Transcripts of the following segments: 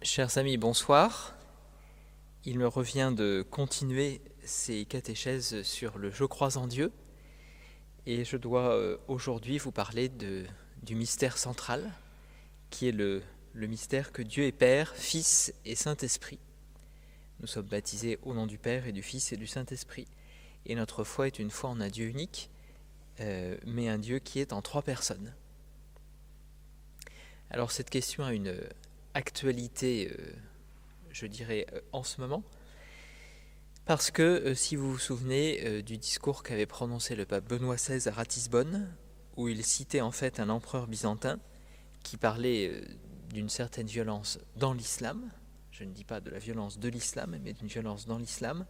Chers amis, bonsoir. Il me revient de continuer ces catéchèses sur le « Je crois en Dieu » et je dois aujourd'hui vous parler du mystère central qui est le mystère que Dieu est Père, Fils et Saint-Esprit. Nous sommes baptisés au nom du Père et du Fils et du Saint-Esprit et notre foi est une foi en un Dieu unique, mais un Dieu qui est en trois personnes. Alors cette question a une actualité, je dirais, en ce moment, parce que si vous vous souvenez du discours qu'avait prononcé le pape Benoît XVI à Ratisbonne, où il citait en fait un empereur byzantin qui parlait d'une certaine violence dans l'islam, je ne dis pas de la violence de l'islam, mais d'une violence dans l'islam,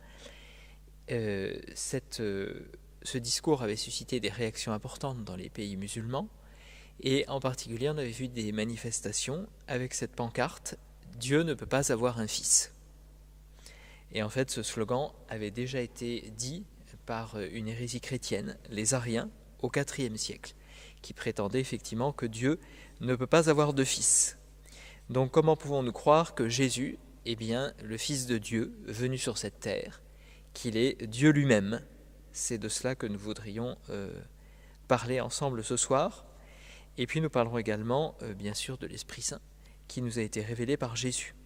ce discours avait suscité des réactions importantes dans les pays musulmans, et en particulier on avait vu des manifestations avec cette pancarte « Dieu ne peut pas avoir un fils ». Et en fait ce slogan avait déjà été dit par une hérésie chrétienne, les Ariens, au IVe siècle, qui prétendait effectivement que Dieu ne peut pas avoir de fils. Donc comment pouvons-nous croire que Jésus est bien le Fils de Dieu venu sur cette terre, qu'il est Dieu lui-même? C'est de cela que nous voudrions parler ensemble ce soir. Et puis nous parlerons également, bien sûr, de l'Esprit Saint, qui nous a été révélé par Jésus.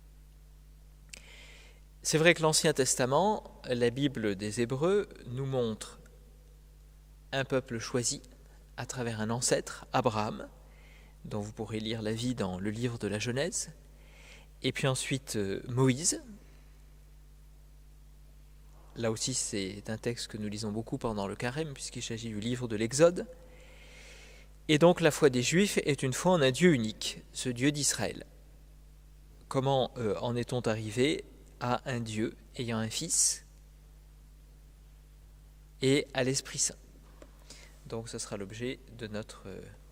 C'est vrai que l'Ancien Testament, la Bible des Hébreux, nous montre un peuple choisi à travers un ancêtre, Abraham, dont vous pourrez lire la vie dans le livre de la Genèse, et puis ensuite Moïse. Là aussi, c'est un texte que nous lisons beaucoup pendant le Carême, puisqu'il s'agit du livre de l'Exode. Et donc la foi des Juifs est une foi en un Dieu unique, ce Dieu d'Israël. Comment en est-on arrivé à un Dieu ayant un Fils et à l'Esprit Saint? Donc ce sera l'objet de notre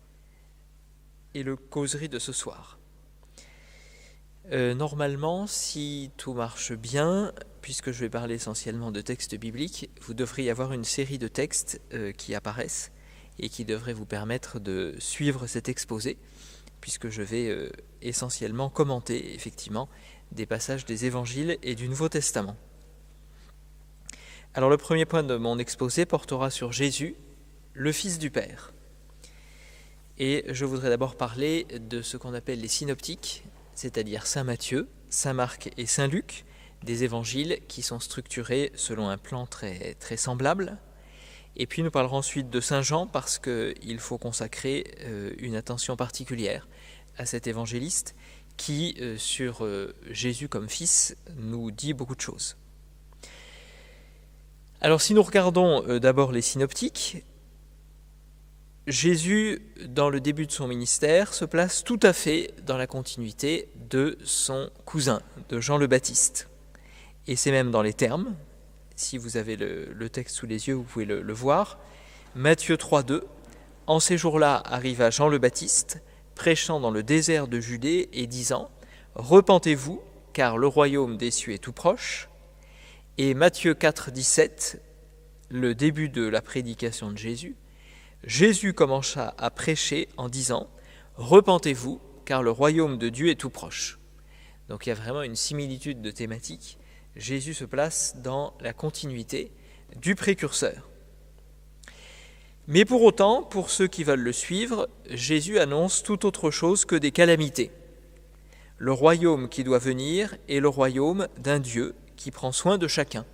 causerie de ce soir. Normalement, si tout marche bien, puisque je vais parler essentiellement de textes bibliques, vous devriez avoir une série de textes qui apparaissent et qui devrait vous permettre de suivre cet exposé, puisque je vais essentiellement commenter effectivement des passages des Évangiles et du Nouveau Testament. Alors le premier point de mon exposé portera sur Jésus, le Fils du Père. Et je voudrais d'abord parler de ce qu'on appelle les synoptiques, c'est-à-dire Saint Matthieu, Saint Marc et Saint Luc, des Évangiles qui sont structurés selon un plan très, très semblable. Et puis nous parlerons ensuite de Saint Jean parce qu'il faut consacrer une attention particulière à cet évangéliste qui, sur Jésus comme fils, nous dit beaucoup de choses. Alors si nous regardons d'abord les synoptiques, Jésus, dans le début de son ministère, se place tout à fait dans la continuité de son cousin, de Jean le Baptiste. Et c'est même dans les termes. Si vous avez le texte sous les yeux, vous pouvez le voir. Matthieu 3,2 « En ces jours-là arriva Jean le Baptiste, prêchant dans le désert de Judée et disant « Repentez-vous, car le royaume des cieux est tout proche. » Et Matthieu 4,17, le début de la prédication de Jésus, Jésus commença à prêcher en disant « Repentez-vous, car le royaume de Dieu est tout proche. » Donc il y a vraiment une similitude de thématique. Jésus se place dans la continuité du précurseur. Mais pour autant, pour ceux qui veulent le suivre, Jésus annonce tout autre chose que des calamités. Le royaume qui doit venir est le royaume d'un Dieu qui prend soin de chacun.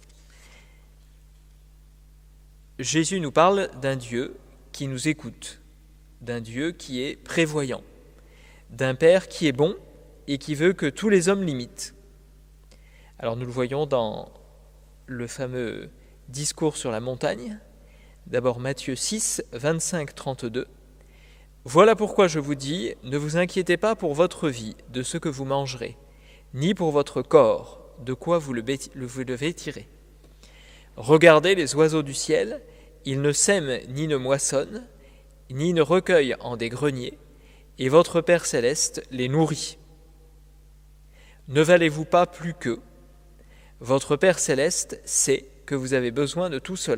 Jésus nous parle d'un Dieu qui nous écoute, d'un Dieu qui est prévoyant, d'un Père qui est bon et qui veut que tous les hommes l'imitent. Alors nous le voyons dans le fameux discours sur la montagne, d'abord Matthieu 6, 25, 32. « Voilà pourquoi je vous dis, ne vous inquiétez pas pour votre vie, de ce que vous mangerez, ni pour votre corps, de quoi vous le vêtirez. Regardez les oiseaux du ciel, ils ne sèment ni ne moissonnent, ni ne recueillent en des greniers, et votre Père céleste les nourrit. Ne valez-vous pas plus qu'eux? Votre Père céleste sait que vous avez besoin de tout cela. »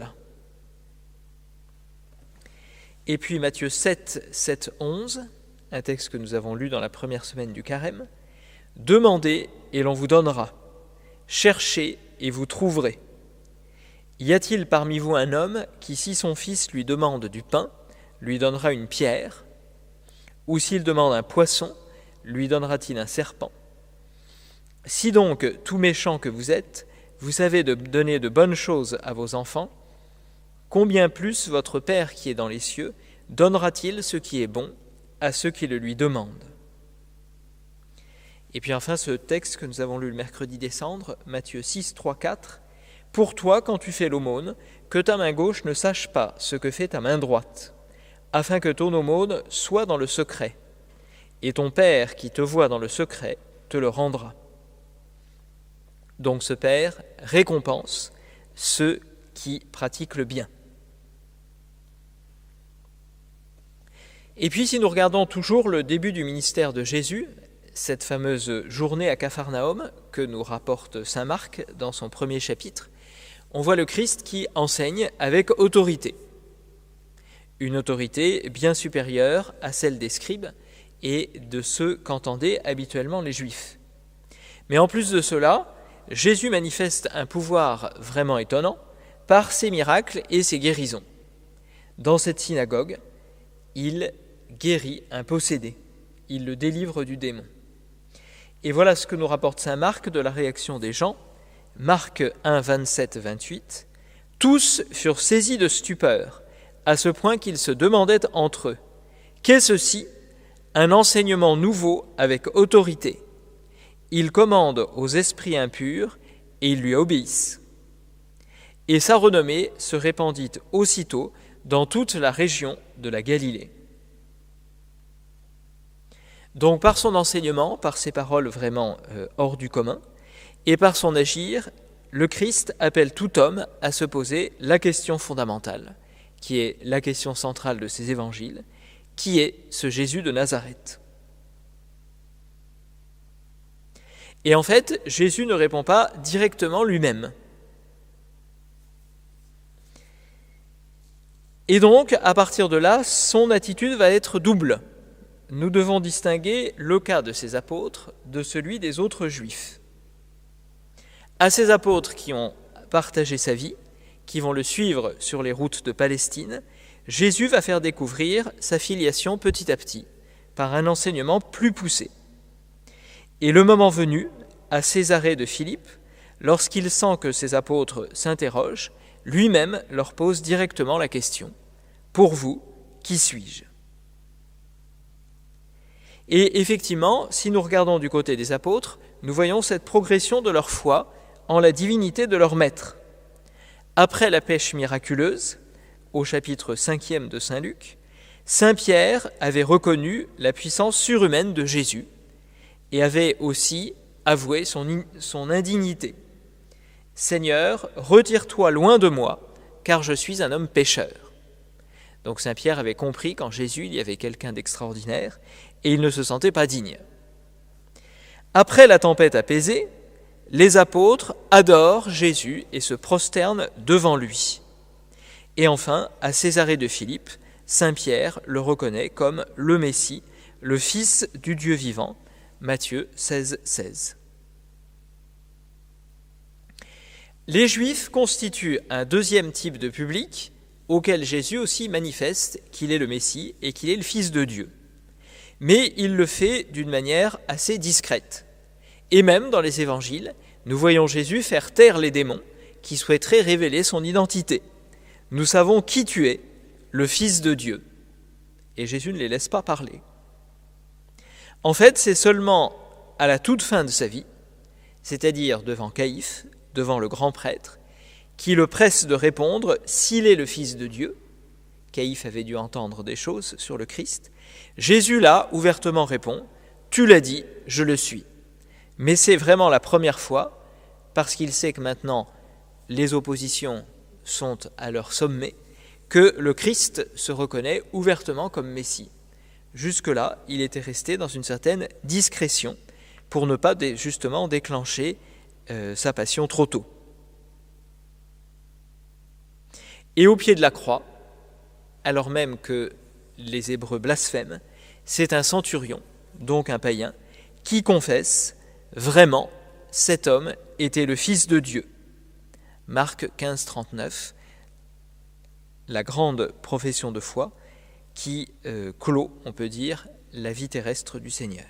Et puis Matthieu 7, 7, 11, un texte que nous avons lu dans la première semaine du Carême. Demandez et l'on vous donnera. Cherchez et vous trouverez. Y a-t-il parmi vous un homme qui, si son fils lui demande du pain, lui donnera une pierre? Ou s'il demande un poisson, lui donnera-t-il un serpent? Si donc, tout méchant que vous êtes, vous savez donner de bonnes choses à vos enfants, combien plus votre Père qui est dans les cieux donnera-t-il ce qui est bon à ceux qui le lui demandent? Et puis enfin, ce texte que nous avons lu le mercredi décembre, Matthieu 6, 3, 4. « Pour toi, quand tu fais l'aumône, que ta main gauche ne sache pas ce que fait ta main droite, afin que ton aumône soit dans le secret. Et ton Père qui te voit dans le secret te le rendra. » Donc ce Père récompense ceux qui pratiquent le bien. Et puis si nous regardons toujours le début du ministère de Jésus, cette fameuse journée à Capharnaüm que nous rapporte saint Marc dans son premier chapitre, on voit le Christ qui enseigne avec autorité. Une autorité bien supérieure à celle des scribes et de ceux qu'entendaient habituellement les Juifs. Mais en plus de cela, Jésus manifeste un pouvoir vraiment étonnant par ses miracles et ses guérisons. Dans cette synagogue, il guérit un possédé, il le délivre du démon. Et voilà ce que nous rapporte saint Marc de la réaction des gens. Marc 1, 27, 28. « Tous furent saisis de stupeur, à ce point qu'ils se demandaient entre eux. Qu'est ceci? Un enseignement nouveau avec autorité. Il commande aux esprits impurs et ils lui obéissent. » Et sa renommée se répandit aussitôt dans toute la région de la Galilée. Donc par son enseignement, par ses paroles vraiment hors du commun, et par son agir, le Christ appelle tout homme à se poser la question fondamentale, qui est la question centrale de ces évangiles, qui est ce Jésus de Nazareth. Et en fait, Jésus ne répond pas directement lui-même. Et donc, à partir de là, son attitude va être double. Nous devons distinguer le cas de ces apôtres de celui des autres Juifs. À ces apôtres qui ont partagé sa vie, qui vont le suivre sur les routes de Palestine, Jésus va faire découvrir sa filiation petit à petit, par un enseignement plus poussé. Et le moment venu, à Césarée de Philippe, lorsqu'il sent que ses apôtres s'interrogent, lui-même leur pose directement la question « Pour vous, qui suis-je » Et effectivement, si nous regardons du côté des apôtres, nous voyons cette progression de leur foi en la divinité de leur maître. Après la pêche miraculeuse, au chapitre 5e de saint Luc, saint Pierre avait reconnu la puissance surhumaine de Jésus et avait aussi avoué son indignité. « Seigneur, retire-toi loin de moi, car je suis un homme pécheur. » Donc saint Pierre avait compris qu'en Jésus, il y avait quelqu'un d'extraordinaire et il ne se sentait pas digne. Après la tempête apaisée, les apôtres adorent Jésus et se prosternent devant lui. Et enfin, à Césarée de Philippe, saint Pierre le reconnaît comme le Messie, le Fils du Dieu vivant, Matthieu 16, 16. Les Juifs constituent un deuxième type de public auquel Jésus aussi manifeste qu'il est le Messie et qu'il est le Fils de Dieu. Mais il le fait d'une manière assez discrète. Et même dans les évangiles, nous voyons Jésus faire taire les démons qui souhaiteraient révéler son identité. Nous savons qui tu es, le Fils de Dieu. Et Jésus ne les laisse pas parler. En fait, c'est seulement à la toute fin de sa vie, c'est-à-dire devant Caïphe, devant le grand prêtre, qui le presse de répondre s'il est le Fils de Dieu. Caïphe avait dû entendre des choses sur le Christ. Jésus, là, ouvertement répond « Tu l'as dit, je le suis ». Mais c'est vraiment la première fois, parce qu'il sait que maintenant les oppositions sont à leur sommet, que le Christ se reconnaît ouvertement comme Messie. Jusque-là, il était resté dans une certaine discrétion pour ne pas justement déclencher sa passion trop tôt. Et au pied de la croix, alors même que les Hébreux blasphèment, c'est un centurion, donc un païen, qui confesse vraiment, cet homme était le Fils de Dieu. Marc 15, 39, la grande profession de foi qui clôt, on peut dire, la vie terrestre du Seigneur.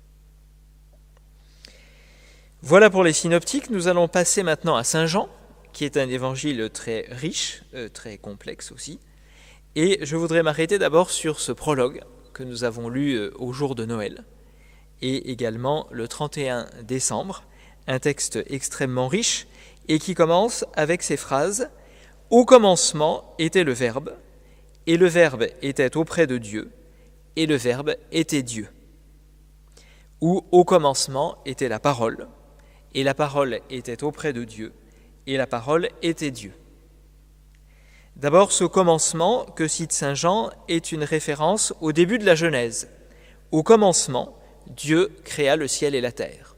Voilà pour les synoptiques. Nous allons passer maintenant à Saint Jean, qui est un évangile très riche, très complexe aussi. Et je voudrais m'arrêter d'abord sur ce prologue que nous avons lu au jour de Noël, et également le 31 décembre, un texte extrêmement riche, et qui commence avec ces phrases « Au commencement était le Verbe, et le Verbe était auprès de Dieu, et le Verbe était Dieu. » Ou « Au commencement était la parole, et la parole était auprès de Dieu, et la parole était Dieu. » D'abord, ce commencement que cite saint Jean est une référence au début de la Genèse. Au commencement, Dieu créa le ciel et la terre.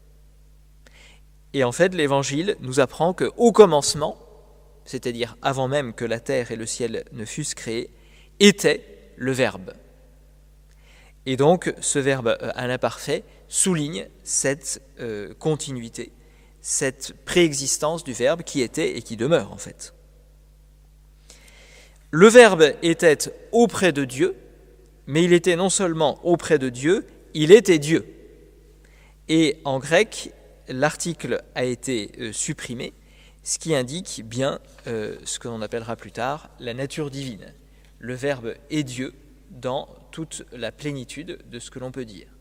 Et en fait, l'Évangile nous apprend qu'au commencement, c'est-à-dire avant même que la terre et le ciel ne fussent créés, était le Verbe. Et donc, ce verbe à l'imparfait souligne cette continuité, cette préexistence du Verbe qui était et qui demeure en fait. Le Verbe était auprès de Dieu, mais il était non seulement auprès de Dieu, il était Dieu. Et en grec, l'article a été supprimé, ce qui indique bien ce que l'on appellera plus tard la nature divine. Le Verbe est Dieu dans toute la plénitude de ce que l'on peut dire.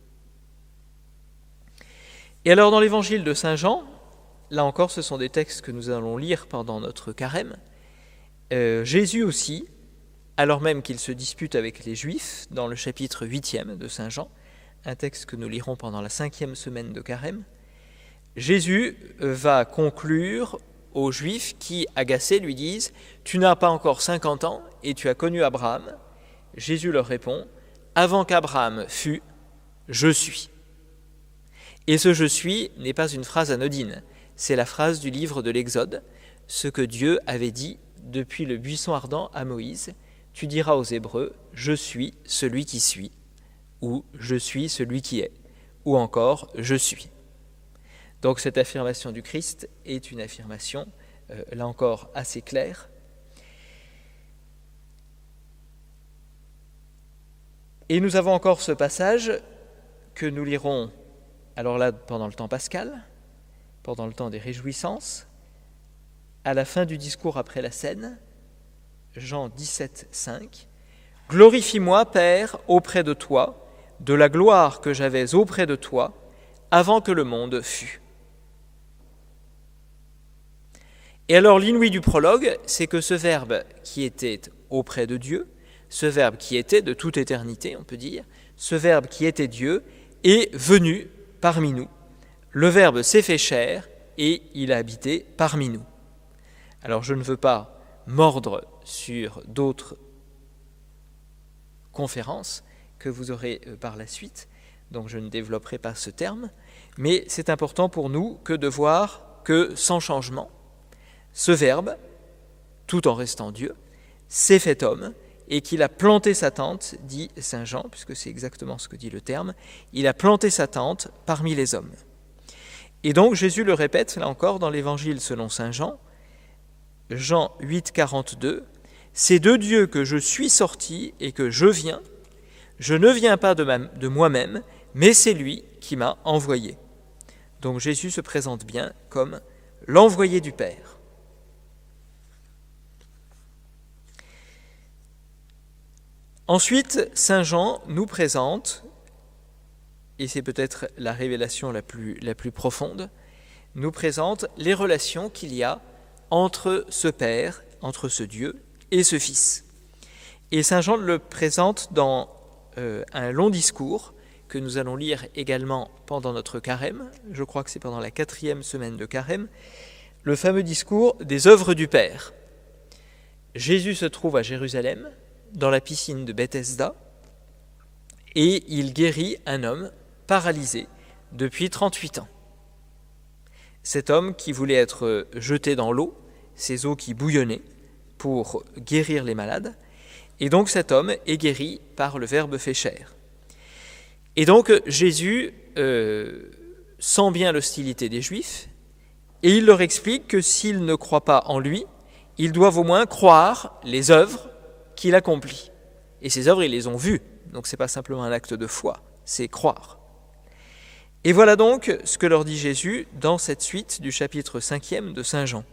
Et alors dans l'évangile de saint Jean, là encore ce sont des textes que nous allons lire pendant notre carême, Jésus aussi, alors même qu'il se dispute avec les Juifs, dans le chapitre 8e de saint Jean, un texte que nous lirons pendant la 5e semaine de carême, Jésus va conclure aux Juifs qui, agacés, lui disent « Tu n'as pas encore 50 ans et tu as connu Abraham ?» Jésus leur répond « Avant qu'Abraham fût, je suis. » Et ce « je suis » n'est pas une phrase anodine, c'est la phrase du livre de l'Exode, ce que Dieu avait dit depuis le buisson ardent à Moïse, « Tu diras aux Hébreux, je suis celui qui suis » ou « je suis celui qui est » ou encore « je suis ». Donc cette affirmation du Christ est une affirmation, là encore, assez claire. Et nous avons encore ce passage que nous lirons, alors là, pendant le temps pascal, pendant le temps des réjouissances, à la fin du discours après la scène, Jean 17, 5, « Glorifie-moi, Père, auprès de toi, de la gloire que j'avais auprès de toi, avant que le monde fût. » Et alors l'inouï du prologue, c'est que ce Verbe qui était auprès de Dieu, ce Verbe qui était de toute éternité, on peut dire, ce Verbe qui était Dieu, est venu parmi nous. Le Verbe s'est fait chair et il a habité parmi nous. Alors je ne veux pas mordre sur d'autres conférences que vous aurez par la suite, donc je ne développerai pas ce terme, mais c'est important pour nous que de voir que sans changement, ce Verbe, tout en restant Dieu, s'est fait homme et qu'il a planté sa tente, dit saint Jean, puisque c'est exactement ce que dit le terme, il a planté sa tente parmi les hommes. Et donc Jésus le répète, là encore, dans l'Évangile selon saint Jean, Jean 8, 42, « C'est de Dieu que je suis sorti et que je viens. Je ne viens pas de moi-même, mais c'est lui qui m'a envoyé. » Donc Jésus se présente bien comme l'envoyé du Père. Ensuite, saint Jean nous présente, et c'est peut-être la révélation la plus profonde, nous présente les relations qu'il y a entre ce Père, entre ce Dieu et ce Fils. Et saint Jean le présente dans un long discours que nous allons lire également pendant notre carême, je crois que c'est pendant la 4e semaine de carême, le fameux discours des œuvres du Père. Jésus se trouve à Jérusalem, dans la piscine de Bethesda, et il guérit un homme paralysé depuis 38 ans. Cet homme qui voulait être jeté dans l'eau, ces eaux qui bouillonnaient pour guérir les malades, et donc cet homme est guéri par le Verbe fait chair. Et donc Jésus sent bien l'hostilité des Juifs, et il leur explique que s'ils ne croient pas en lui, ils doivent au moins croire les œuvres qu'il accomplit. Et ces œuvres, ils les ont vues, donc ce n'est pas simplement un acte de foi, c'est croire. Et voilà donc ce que leur dit Jésus dans cette suite du chapitre 5e de Saint Jean.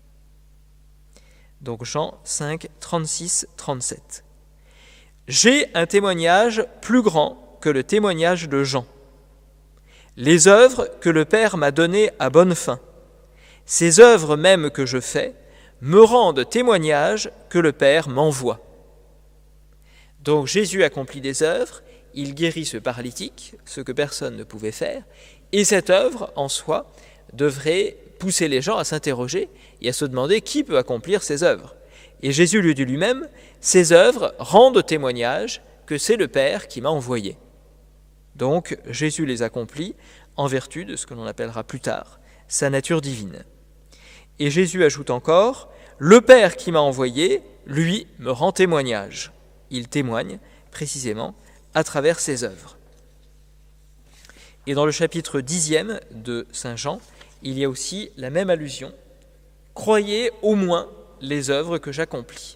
Donc Jean 5, 36, 37. « J'ai un témoignage plus grand que le témoignage de Jean. Les œuvres que le Père m'a données à bonne fin, ces œuvres mêmes que je fais, me rendent témoignage que le Père m'envoie. » Donc Jésus accomplit des œuvres, il guérit ce paralytique, ce que personne ne pouvait faire, et cette œuvre, en soi, devrait pousser les gens à s'interroger et à se demander qui peut accomplir ces œuvres. Et Jésus lui dit lui-même, ces œuvres rendent témoignage que c'est le Père qui m'a envoyé. Donc Jésus les accomplit en vertu de ce que l'on appellera plus tard sa nature divine. Et Jésus ajoute encore, le Père qui m'a envoyé, lui, me rend témoignage. Il témoigne précisément à travers ses œuvres. Et dans le chapitre 10e de Saint Jean, il y a aussi la même allusion. Croyez au moins les œuvres que j'accomplis.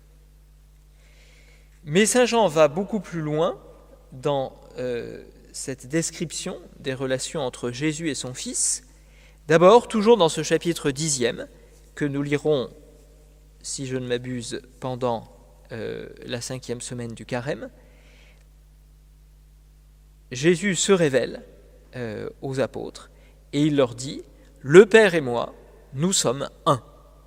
Mais Saint Jean va beaucoup plus loin dans cette description des relations entre Jésus et son Fils. D'abord, toujours dans ce chapitre 10e, que nous lirons, si je ne m'abuse, pendant la 5e semaine du Carême, Jésus se révèle aux apôtres et il leur dit « Le Père et moi, nous sommes un ».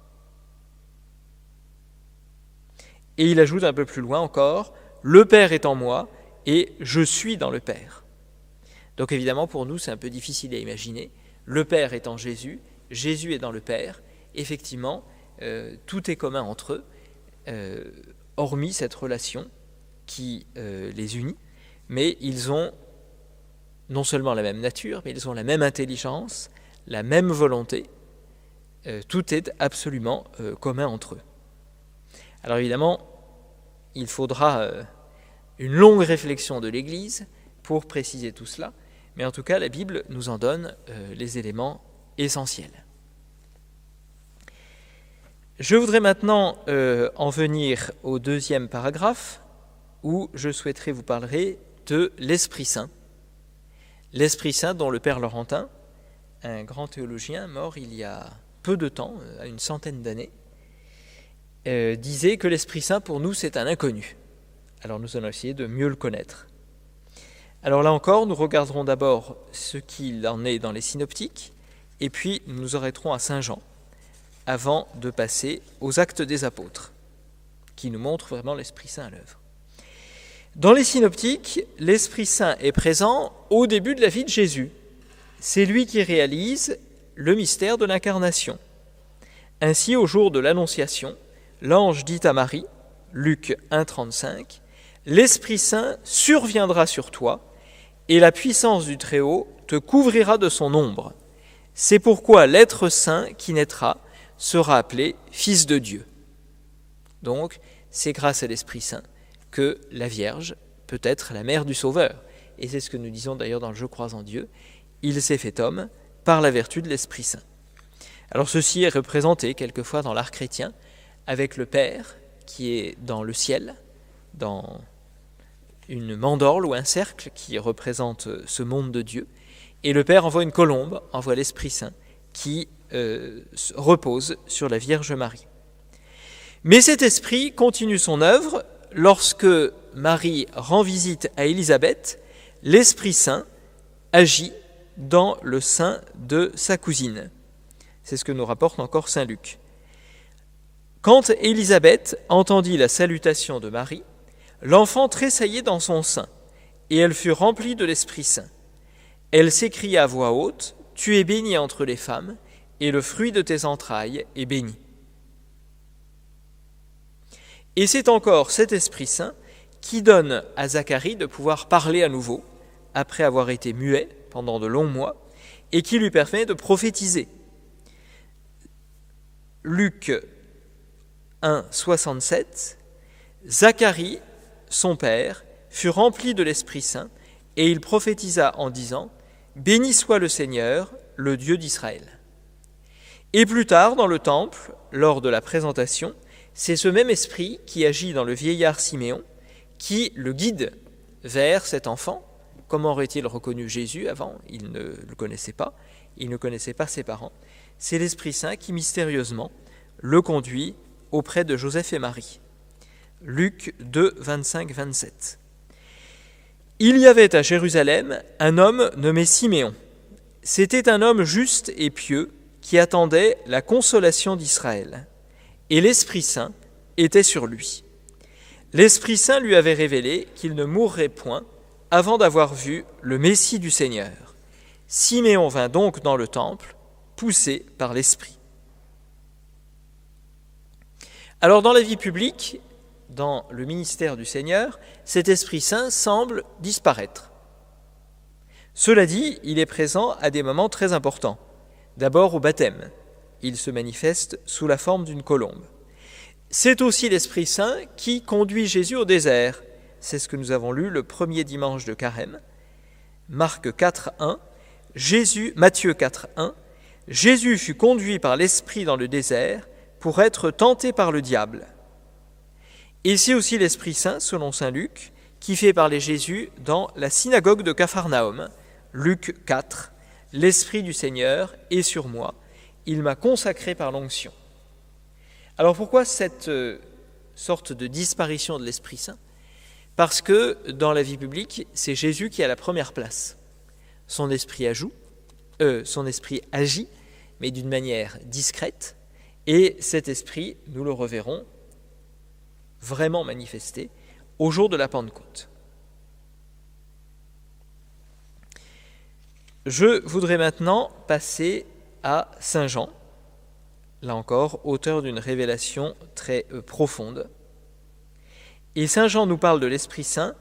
Et il ajoute un peu plus loin encore « Le Père est en moi et je suis dans le Père ». Donc évidemment pour nous c'est un peu difficile à imaginer. Le Père est en Jésus, Jésus est dans le Père. Effectivement, tout est commun entre eux, hormis cette relation qui les unit, mais ils ont non seulement la même nature, mais ils ont la même intelligence, la même volonté. Tout est absolument commun entre eux. Alors évidemment, il faudra une longue réflexion de l'Église pour préciser tout cela, mais en tout cas, la Bible nous en donne les éléments essentiels. Je voudrais maintenant en venir au deuxième paragraphe, où je souhaiterais vous parler de l'Esprit Saint. L'Esprit Saint dont le Père Laurentin, un grand théologien mort il y a peu de temps, à une centaine d'années, disait que l'Esprit Saint pour nous c'est un inconnu. Alors nous allons essayer de mieux le connaître. Alors là encore, nous regarderons d'abord ce qu'il en est dans les synoptiques, et puis nous nous arrêterons à Saint Jean, avant de passer aux Actes des Apôtres, qui nous montrent vraiment l'Esprit Saint à l'œuvre. Dans les synoptiques, l'Esprit Saint est présent au début de la vie de Jésus. C'est lui qui réalise le mystère de l'incarnation. Ainsi, au jour de l'Annonciation, l'ange dit à Marie, Luc 1,35, « L'Esprit Saint surviendra sur toi, et la puissance du Très-Haut te couvrira de son ombre. C'est pourquoi l'être saint qui naîtra sera appelé Fils de Dieu. » Donc, c'est grâce à l'Esprit Saint que la Vierge peut être la mère du Sauveur. Et c'est ce que nous disons d'ailleurs dans le « Je crois en Dieu ». Il s'est fait homme par la vertu de l'Esprit Saint. Alors ceci est représenté quelquefois dans l'art chrétien avec le Père qui est dans le ciel, dans une mandorle ou un cercle qui représente ce monde de Dieu. Et le Père envoie une colombe, envoie l'Esprit Saint qui repose sur la Vierge Marie. Mais cet esprit continue son œuvre lorsque Marie rend visite à Élisabeth. L'Esprit Saint agit dans le sein de sa cousine. C'est ce que nous rapporte encore saint Luc. Quand Élisabeth entendit la salutation de Marie, l'enfant tressaillit dans son sein, et elle fut remplie de l'Esprit Saint. Elle s'écria à voix haute, « Tu es bénie entre les femmes, et le fruit de tes entrailles est béni. » Et c'est encore cet Esprit Saint qui donne à Zacharie de pouvoir parler à nouveau, après avoir été muet pendant de longs mois, et qui lui permet de prophétiser. Luc 1, 67, Zacharie, son père, fut rempli de l'Esprit Saint, et il prophétisa en disant « « Béni soit le Seigneur, le Dieu d'Israël ». Et plus tard, dans le temple, lors de la présentation, c'est ce même esprit qui agit dans le vieillard Siméon, qui le guide vers cet enfant. Comment aurait-il reconnu Jésus avant? Il ne le connaissait pas, il ne connaissait pas ses parents. C'est l'Esprit Saint qui mystérieusement le conduit auprès de Joseph et Marie. Luc 2, 25-27. Il y avait à Jérusalem un homme nommé Siméon. C'était un homme juste et pieux qui attendait la consolation d'Israël. Et l'Esprit Saint était sur lui. L'Esprit Saint lui avait révélé qu'il ne mourrait point avant d'avoir vu le Messie du Seigneur. Siméon vint donc dans le temple, poussé par l'Esprit. Alors dans la vie publique, dans le ministère du Seigneur, cet Esprit Saint semble disparaître. Cela dit, il est présent à des moments très importants. D'abord au baptême, il se manifeste sous la forme d'une colombe. C'est aussi l'Esprit Saint qui conduit Jésus au désert. C'est ce que nous avons lu le premier dimanche de Carême. Marc 4, 1, Matthieu 4, 1. Jésus fut conduit par l'Esprit dans le désert pour être tenté par le diable. Et c'est aussi l'Esprit Saint, selon saint Luc, qui fait parler Jésus dans la synagogue de Capharnaüm. Luc 4, l'Esprit du Seigneur est sur moi, il m'a consacré par l'onction. Alors pourquoi cette sorte de disparition de l'Esprit Saint? Parce que dans la vie publique, c'est Jésus qui a la première place. Son esprit agit, mais d'une manière discrète, et cet esprit, nous le reverrons, vraiment manifesté au jour de la Pentecôte. Je voudrais maintenant passer à Saint Jean, là encore, auteur d'une révélation très profonde. Et Saint Jean nous parle de l'Esprit Saint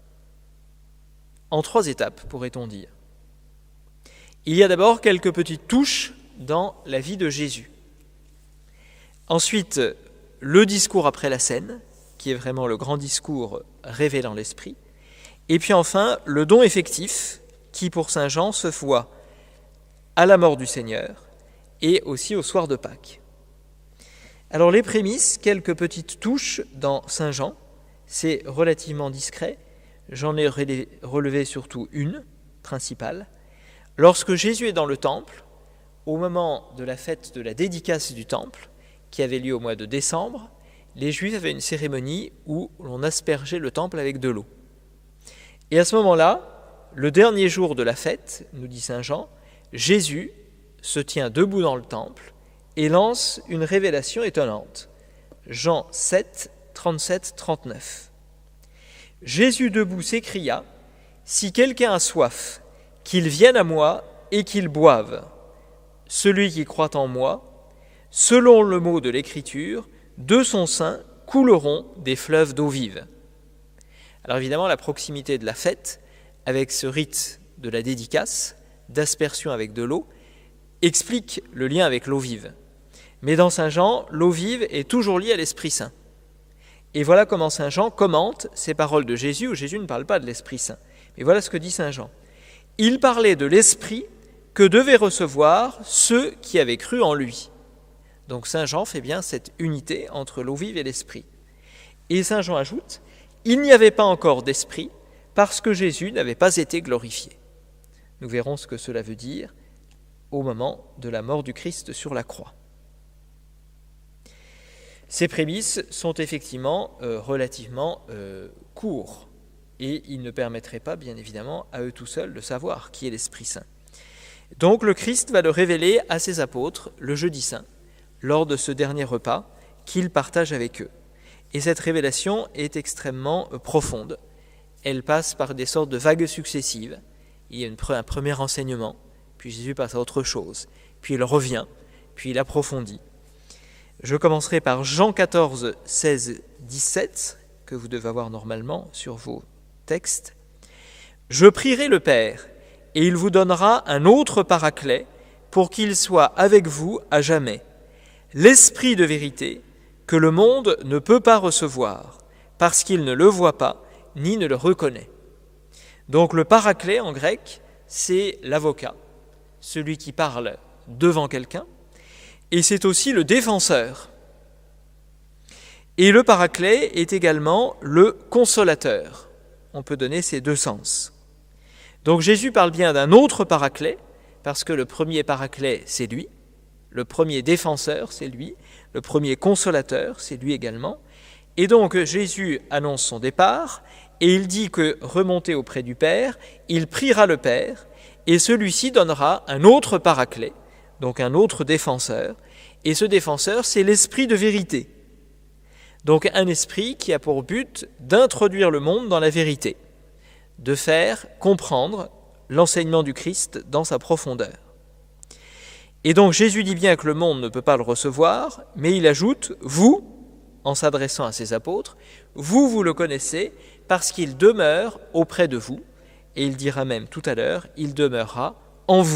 en 3 étapes, pourrait-on dire. Il y a d'abord quelques petites touches dans la vie de Jésus. Ensuite, le discours après la scène, qui est vraiment le grand discours révélant l'Esprit. Et puis enfin, le don effectif, qui pour Saint Jean se voit à la mort du Seigneur et aussi au soir de Pâques. Alors les prémices, quelques petites touches dans Saint Jean, c'est relativement discret. J'en ai relevé surtout une, principale. Lorsque Jésus est dans le temple, au moment de la fête de la dédicace du temple, qui avait lieu au mois de décembre, les Juifs avaient une cérémonie où l'on aspergeait le temple avec de l'eau. Et à ce moment-là, le dernier jour de la fête, nous dit Saint Jean, Jésus se tient debout dans le temple et lance une révélation étonnante. Jean 7, 37, 39. Jésus debout s'écria, « Si quelqu'un a soif, qu'il vienne à moi et qu'il boive. Celui qui croit en moi, selon le mot de l'Écriture, de son sein couleront des fleuves d'eau vive. » Alors évidemment, la proximité de la fête, avec ce rite de la dédicace, d'aspersion avec de l'eau, explique le lien avec l'eau vive. Mais dans Saint Jean, l'eau vive est toujours liée à l'Esprit Saint. Et voilà comment Saint Jean commente ces paroles de Jésus, où Jésus ne parle pas de l'Esprit Saint. Mais voilà ce que dit Saint Jean. Il parlait de l'Esprit que devaient recevoir ceux qui avaient cru en lui. Donc Saint Jean fait bien cette unité entre l'eau vive et l'Esprit. Et Saint Jean ajoute, il n'y avait pas encore d'Esprit parce que Jésus n'avait pas été glorifié. Nous verrons ce que cela veut dire au moment de la mort du Christ sur la croix. Ces prémices sont effectivement relativement courts et ils ne permettraient pas, bien évidemment, à eux tout seuls de savoir qui est l'Esprit Saint. Donc le Christ va le révéler à ses apôtres le jeudi saint, lors de ce dernier repas qu'il partage avec eux. Et cette révélation est extrêmement profonde. Elle passe par des sortes de vagues successives. Il y a un premier enseignement, puis Jésus passe à autre chose, puis il revient, puis il approfondit. Je commencerai par Jean 14, 16, 17, que vous devez avoir normalement sur vos textes. « Je prierai le Père, et il vous donnera un autre paraclet pour qu'il soit avec vous à jamais. L'Esprit de vérité que le monde ne peut pas recevoir, parce qu'il ne le voit pas, ni ne le reconnaît. » Donc le paraclet en grec, c'est l'avocat, celui qui parle devant quelqu'un, et c'est aussi le défenseur. Et le paraclet est également le consolateur. On peut donner ces deux sens. Donc Jésus parle bien d'un autre paraclet, parce que le premier paraclet, c'est lui, le premier défenseur, c'est lui, le premier consolateur, c'est lui également. Et donc Jésus annonce son départ, et il dit que, remonté auprès du Père, il priera le Père, et celui-ci donnera un autre paraclet, donc un autre défenseur, et ce défenseur, c'est l'esprit de vérité. Donc un esprit qui a pour but d'introduire le monde dans la vérité, de faire comprendre l'enseignement du Christ dans sa profondeur. Et donc Jésus dit bien que le monde ne peut pas le recevoir, mais il ajoute « vous », en s'adressant à ses apôtres, « vous le connaissez parce qu'il demeure auprès de vous ». Et il dira même tout à l'heure « il demeurera en vous ».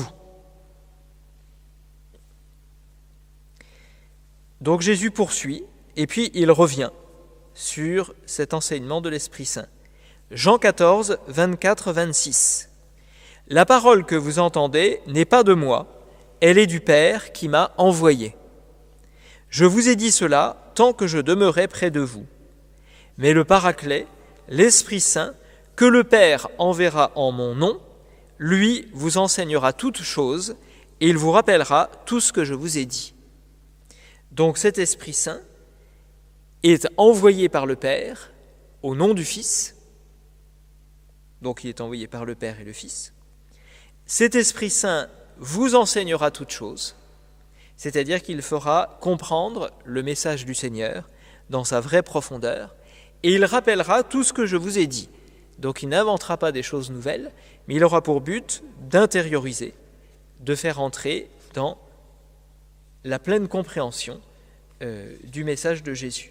Donc Jésus poursuit, et puis il revient sur cet enseignement de l'Esprit Saint. Jean 14, 24, 26. « La parole que vous entendez n'est pas de moi, elle est du Père qui m'a envoyé. Je vous ai dit cela tant que je demeurais près de vous. Mais le Paraclet, l'Esprit Saint, que le Père enverra en mon nom, lui vous enseignera toutes choses et il vous rappellera tout ce que je vous ai dit. » Donc cet Esprit Saint est envoyé par le Père au nom du Fils. Donc il est envoyé par le Père et le Fils. Cet Esprit Saint vous enseignera toutes choses, c'est-à-dire qu'il fera comprendre le message du Seigneur dans sa vraie profondeur, et il rappellera tout ce que je vous ai dit. Donc il n'inventera pas des choses nouvelles, mais il aura pour but d'intérioriser, de faire entrer dans la pleine compréhension du message de Jésus.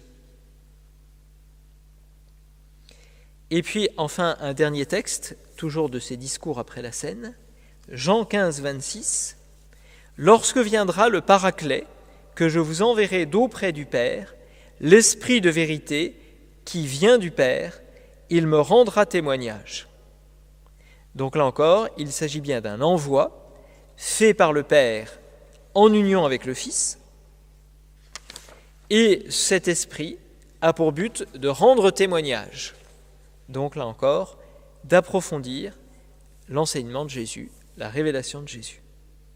Et puis enfin un dernier texte, toujours de ses discours après la scène, Jean 15, 26. « Lorsque viendra le Paraclet, que je vous enverrai d'auprès du Père, l'Esprit de vérité qui vient du Père, il me rendra témoignage. » Donc là encore, il s'agit bien d'un envoi fait par le Père en union avec le Fils, et cet Esprit a pour but de rendre témoignage. Donc là encore, d'approfondir l'enseignement de Jésus, la révélation de Jésus.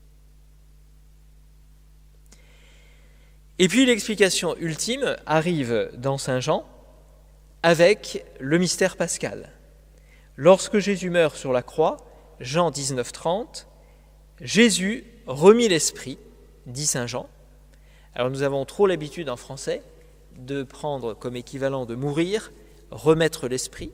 Et puis l'explication ultime arrive dans Saint Jean avec le mystère pascal. Lorsque Jésus meurt sur la croix, Jean 19, 30, Jésus remit l'esprit, dit Saint Jean. Alors nous avons trop l'habitude en français de prendre comme équivalent de mourir, remettre l'esprit.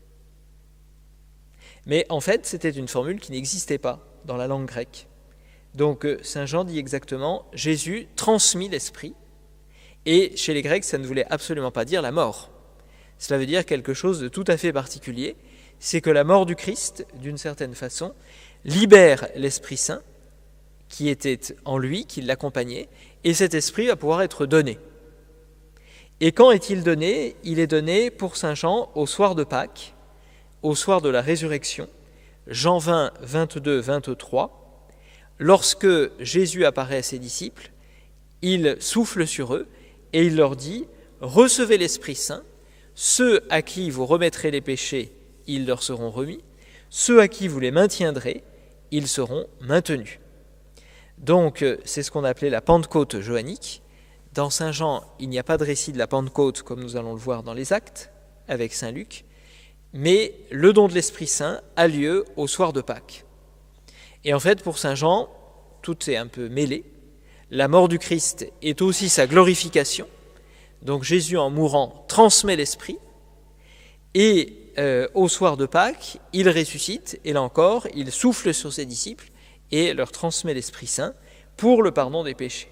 Mais en fait, c'était une formule qui n'existait pas dans la langue grecque. Donc Saint Jean dit exactement « Jésus transmit l'esprit ». Et chez les Grecs, ça ne voulait absolument pas dire la mort. Cela veut dire quelque chose de tout à fait particulier. C'est que la mort du Christ, d'une certaine façon, libère l'Esprit Saint qui était en lui, qui l'accompagnait, et cet esprit va pouvoir être donné. Et quand est-il donné ? Il est donné pour Saint Jean au soir de Pâques, au soir de la résurrection, Jean 20, 22, 23, lorsque Jésus apparaît à ses disciples, il souffle sur eux et il leur dit « Recevez l'Esprit Saint, ceux à qui vous remettrez les péchés, ils leur seront remis, ceux à qui vous les maintiendrez, ils seront maintenus. » Donc c'est ce qu'on appelait la Pentecôte johannique. Dans Saint Jean, il n'y a pas de récit de la Pentecôte comme nous allons le voir dans les Actes avec Saint Luc, mais le don de l'Esprit Saint a lieu au soir de Pâques. Et en fait, pour Saint Jean, tout est un peu mêlé. La mort du Christ est aussi sa glorification. Donc Jésus, en mourant, transmet l'Esprit. Et au soir de Pâques, il ressuscite, et là encore, il souffle sur ses disciples et leur transmet l'Esprit Saint pour le pardon des péchés.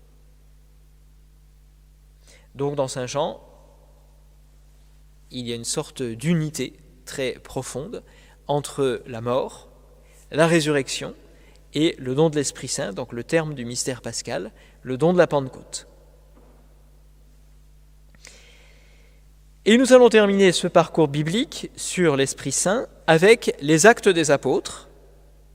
Donc dans Saint Jean, il y a une sorte d'unité très profonde entre la mort, la résurrection et le don de l'Esprit Saint, donc le terme du mystère pascal, le don de la Pentecôte. Et nous allons terminer ce parcours biblique sur l'Esprit Saint avec les Actes des Apôtres,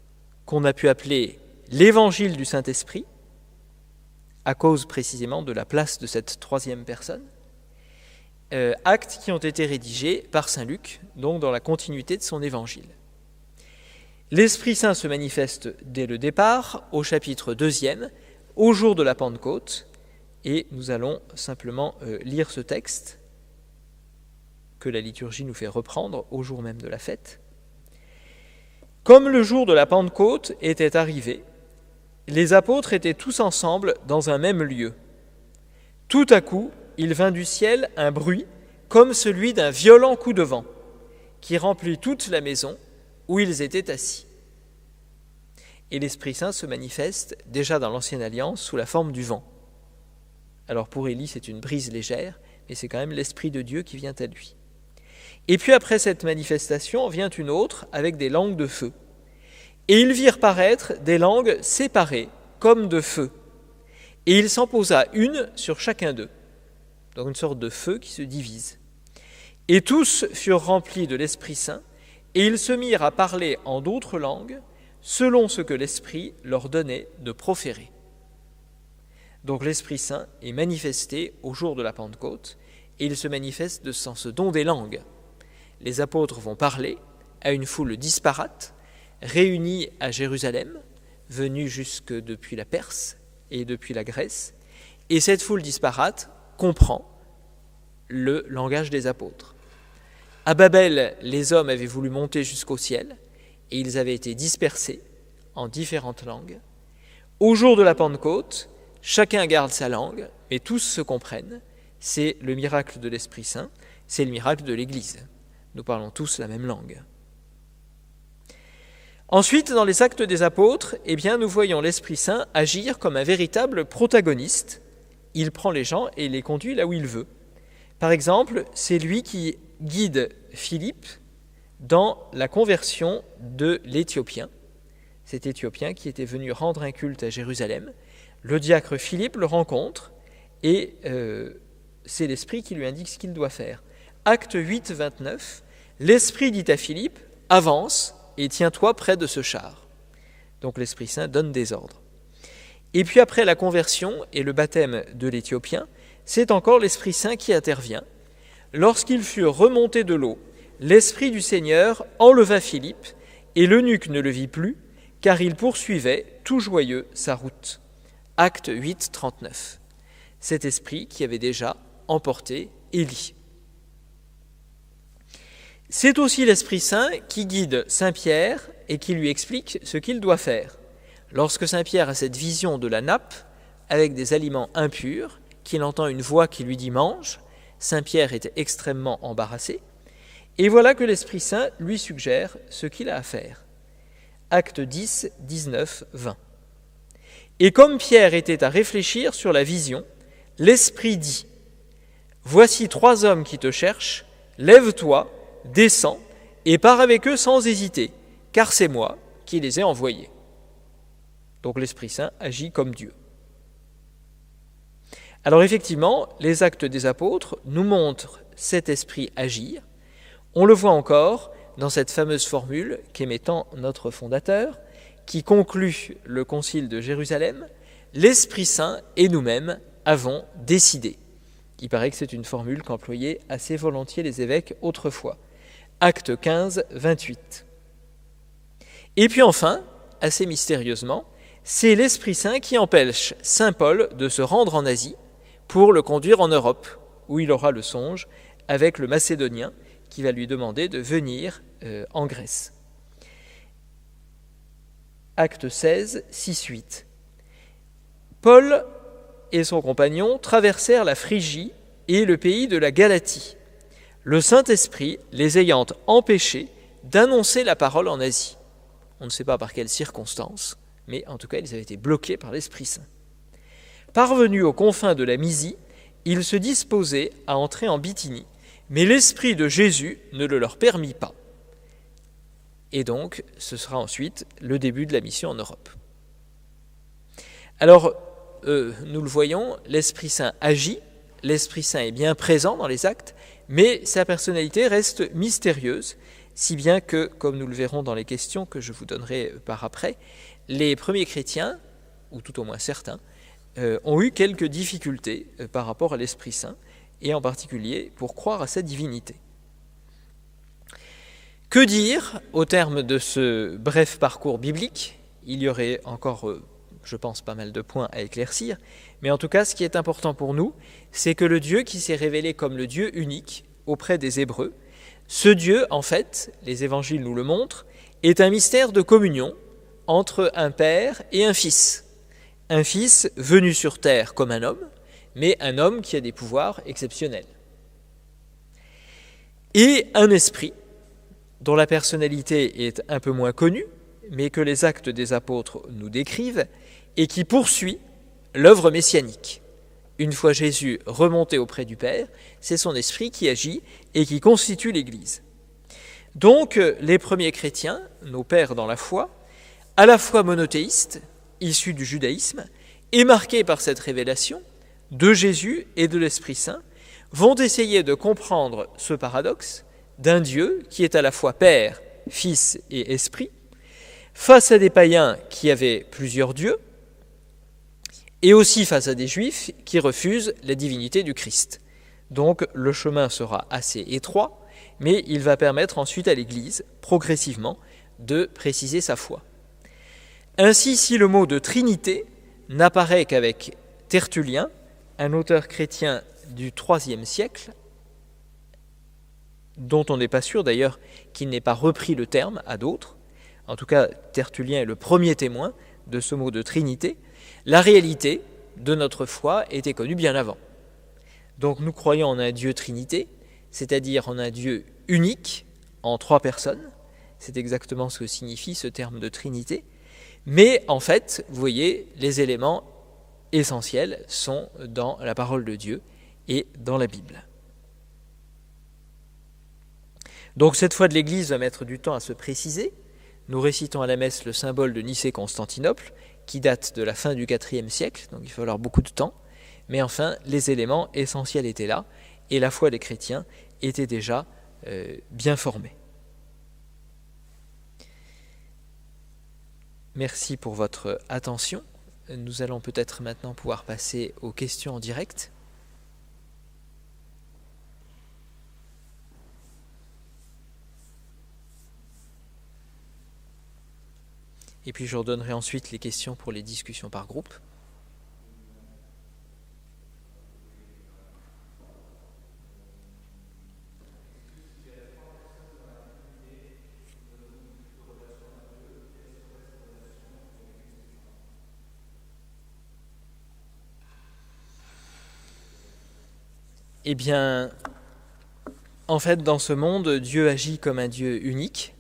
qu'on a pu appeler l'évangile du Saint-Esprit, à cause précisément de la place de cette troisième personne, actes qui ont été rédigés par saint Luc, donc dans la continuité de son évangile. L'Esprit Saint se manifeste dès le départ, au chapitre 2e, au jour de la Pentecôte, et nous allons simplement lire ce texte que la liturgie nous fait reprendre au jour même de la fête. Comme le jour de la Pentecôte était arrivé, les apôtres étaient tous ensemble dans un même lieu. Tout à coup, il vint du ciel un bruit comme celui d'un violent coup de vent qui remplit toute la maison où ils étaient assis. Et l'Esprit Saint se manifeste déjà dans l'Ancienne Alliance sous la forme du vent. Alors pour Élie, c'est une brise légère, mais c'est quand même l'Esprit de Dieu qui vient à lui. Et puis après cette manifestation, vient une autre avec des langues de feu. Et ils virent paraître des langues séparées, comme de feu. Et il s'en posa une sur chacun d'eux. Donc une sorte de feu qui se divise. Et tous furent remplis de l'Esprit Saint, et ils se mirent à parler en d'autres langues, selon ce que l'Esprit leur donnait de proférer. Donc l'Esprit Saint est manifesté au jour de la Pentecôte, et il se manifeste dans ce don des langues. Les apôtres vont parler à une foule disparate, réunie à Jérusalem, venue jusque depuis la Perse et depuis la Grèce, et cette foule disparate comprend le langage des apôtres. À Babel, les hommes avaient voulu monter jusqu'au ciel, et ils avaient été dispersés en différentes langues. Au jour de la Pentecôte, chacun garde sa langue, mais tous se comprennent. C'est le miracle de l'Esprit Saint, c'est le miracle de l'Église. Nous parlons tous la même langue. Ensuite, dans les actes des apôtres, nous voyons l'Esprit Saint agir comme un véritable protagoniste. Il prend les gens et les conduit là où il veut. Par exemple, c'est lui qui guide Philippe dans la conversion de l'Éthiopien. Cet Éthiopien qui était venu rendre un culte à Jérusalem. Le diacre Philippe le rencontre et c'est l'Esprit qui lui indique ce qu'il doit faire. Acte 8, 29, l'Esprit dit à Philippe, « Avance et tiens-toi près de ce char. » Donc l'Esprit Saint donne des ordres. Et puis après la conversion et le baptême de l'Éthiopien, c'est encore l'Esprit Saint qui intervient. Lorsqu'ils furent remontés de l'eau, l'Esprit du Seigneur enleva Philippe, et l'eunuque ne le vit plus, car il poursuivait, tout joyeux, sa route. Acte 8, 39. Cet esprit qui avait déjà emporté Élie. C'est aussi l'Esprit Saint qui guide Saint Pierre et qui lui explique ce qu'il doit faire. Lorsque Saint Pierre a cette vision de la nappe avec des aliments impurs, qu'il entend une voix qui lui dit « mange », Saint Pierre était extrêmement embarrassé. Et voilà que l'Esprit Saint lui suggère ce qu'il a à faire. Acte 10, 19, 20. Et comme Pierre était à réfléchir sur la vision, l'Esprit dit « Voici 3 hommes qui te cherchent, lève-toi, descends et pars avec eux sans hésiter, car c'est moi qui les ai envoyés. » Donc l'Esprit Saint agit comme Dieu. Alors effectivement, les actes des apôtres nous montrent cet esprit agir. On le voit encore dans cette fameuse formule qu'aimait tant notre fondateur, qui conclut le concile de Jérusalem, « L'Esprit Saint et nous-mêmes avons décidé ». Il paraît que c'est une formule qu'employaient assez volontiers les évêques autrefois. Acte 15, 28. Et puis enfin, assez mystérieusement, c'est l'Esprit Saint qui empêche saint Paul de se rendre en Asie pour le conduire en Europe, où il aura le songe avec le Macédonien qui va lui demander de venir en Grèce. Acte 16, 6, 8. Paul et son compagnon traversèrent la Phrygie et le pays de la Galatie, le Saint-Esprit les ayant empêchés d'annoncer la parole en Asie. On ne sait pas par quelles circonstances, mais en tout cas, ils avaient été bloqués par l'Esprit Saint. Parvenus aux confins de la Mysie, ils se disposaient à entrer en Bithynie, mais l'Esprit de Jésus ne le leur permit pas. Et donc, ce sera ensuite le début de la mission en Europe. Alors, nous le voyons, l'Esprit Saint agit, l'Esprit Saint est bien présent dans les actes, mais sa personnalité reste mystérieuse, si bien que, comme nous le verrons dans les questions que je vous donnerai par après, les premiers chrétiens, ou tout au moins certains, ont eu quelques difficultés par rapport à l'Esprit Saint, et en particulier pour croire à sa divinité. Que dire au terme de ce bref parcours biblique? Il y aurait encore, je pense, pas mal de points à éclaircir, mais en tout cas, ce qui est important pour nous, c'est que le Dieu qui s'est révélé comme le Dieu unique auprès des Hébreux, ce Dieu, en fait, les évangiles nous le montrent, est un mystère de communion entre un Père et un Fils. Un Fils venu sur terre comme un homme, mais un homme qui a des pouvoirs exceptionnels. Et un Esprit, dont la personnalité est un peu moins connue, mais que les actes des apôtres nous décrivent, et qui poursuit l'œuvre messianique. Une fois Jésus remonté auprès du Père, c'est son esprit qui agit et qui constitue l'Église. Donc, les premiers chrétiens, nos pères dans la foi, à la fois monothéistes, issus du judaïsme, et marqués par cette révélation de Jésus et de l'Esprit Saint, vont essayer de comprendre ce paradoxe d'un Dieu qui est à la fois Père, Fils et Esprit, face à des païens qui avaient plusieurs dieux, et aussi face à des Juifs qui refusent la divinité du Christ. Donc le chemin sera assez étroit, mais il va permettre ensuite à l'Église, progressivement, de préciser sa foi. Ainsi, si le mot de Trinité n'apparaît qu'avec Tertullien, un auteur chrétien du IIIe siècle, dont on n'est pas sûr d'ailleurs qu'il n'ait pas repris le terme à d'autres, en tout cas Tertullien est le premier témoin de ce mot de Trinité, la réalité de notre foi était connue bien avant. Donc nous croyons en un Dieu Trinité, c'est-à-dire en un Dieu unique, en 3 personnes, c'est exactement ce que signifie ce terme de Trinité, mais en fait, vous voyez, les éléments essentiels sont dans la parole de Dieu et dans la Bible. Donc cette foi de l'Église va mettre du temps à se préciser. Nous récitons à la messe le symbole de Nicée-Constantinople, qui date de la fin du IVe siècle, donc il va falloir beaucoup de temps. Mais enfin, les éléments essentiels étaient là, et la foi des chrétiens était déjà bien formée. Merci pour votre attention. Nous allons peut-être maintenant pouvoir passer aux questions en direct. Et puis je redonnerai ensuite les questions pour les discussions par groupe. Eh bien, en fait, dans ce monde, Dieu agit comme un Dieu unique.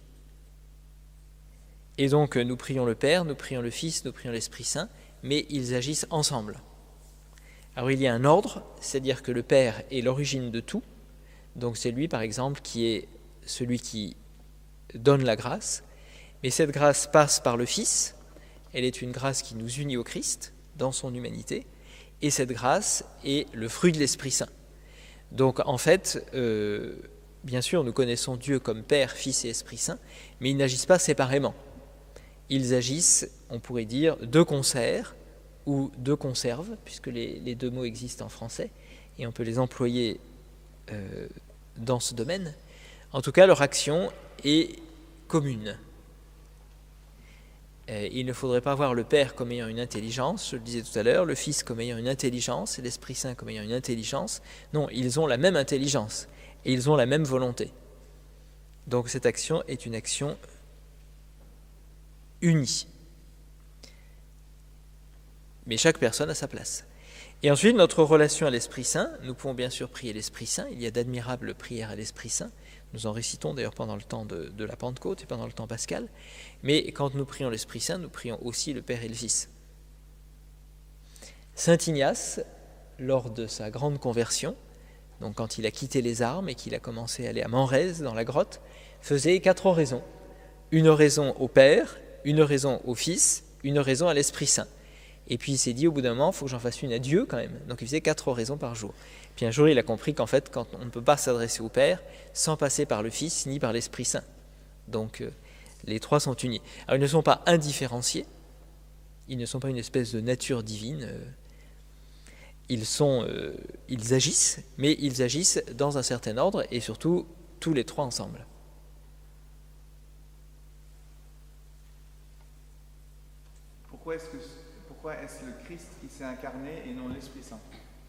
Et donc, nous prions le Père, nous prions le Fils, nous prions l'Esprit Saint, mais ils agissent ensemble. Alors, il y a un ordre, c'est-à-dire que le Père est l'origine de tout. Donc, c'est lui, par exemple, qui est celui qui donne la grâce. Mais cette grâce passe par le Fils. Elle est une grâce qui nous unit au Christ, dans son humanité. Et cette grâce est le fruit de l'Esprit Saint. Donc, en fait, bien sûr, nous connaissons Dieu comme Père, Fils et Esprit Saint, mais ils n'agissent pas séparément. Ils agissent, on pourrait dire, de concert ou de conserve, puisque les 2 mots existent en français, et on peut les employer dans ce domaine. En tout cas, leur action est commune. Il ne faudrait pas voir le Père comme ayant une intelligence, je le disais tout à l'heure, le Fils comme ayant une intelligence, et l'Esprit Saint comme ayant une intelligence. Non, ils ont la même intelligence, et ils ont la même volonté. Donc cette action est une action unie. Mais chaque personne a sa place. Et ensuite, notre relation à l'Esprit Saint, nous pouvons bien sûr prier l'Esprit Saint, il y a d'admirables prières à l'Esprit Saint, nous en récitons d'ailleurs pendant le temps de la Pentecôte et pendant le temps pascal, mais quand nous prions l'Esprit Saint, nous prions aussi le Père et le Fils. Saint Ignace, lors de sa grande conversion, donc quand il a quitté les armes et qu'il a commencé à aller à Menrez, dans la grotte, faisait 4 oraisons. Une oraison au Père, une oraison au Fils, une oraison à l'Esprit Saint. Et puis il s'est dit au bout d'un moment, il faut que j'en fasse une à Dieu quand même. Donc il faisait 4 oraisons par jour. Puis un jour il a compris qu'en fait, quand on ne peut pas s'adresser au Père sans passer par le Fils ni par l'Esprit Saint. Donc les trois sont unis. Alors ils ne sont pas indifférenciés, ils ne sont pas une espèce de nature divine, ils agissent, mais ils agissent dans un certain ordre et surtout tous les trois ensemble. Pourquoi est-ce le Christ qui s'est incarné et non l'Esprit Saint?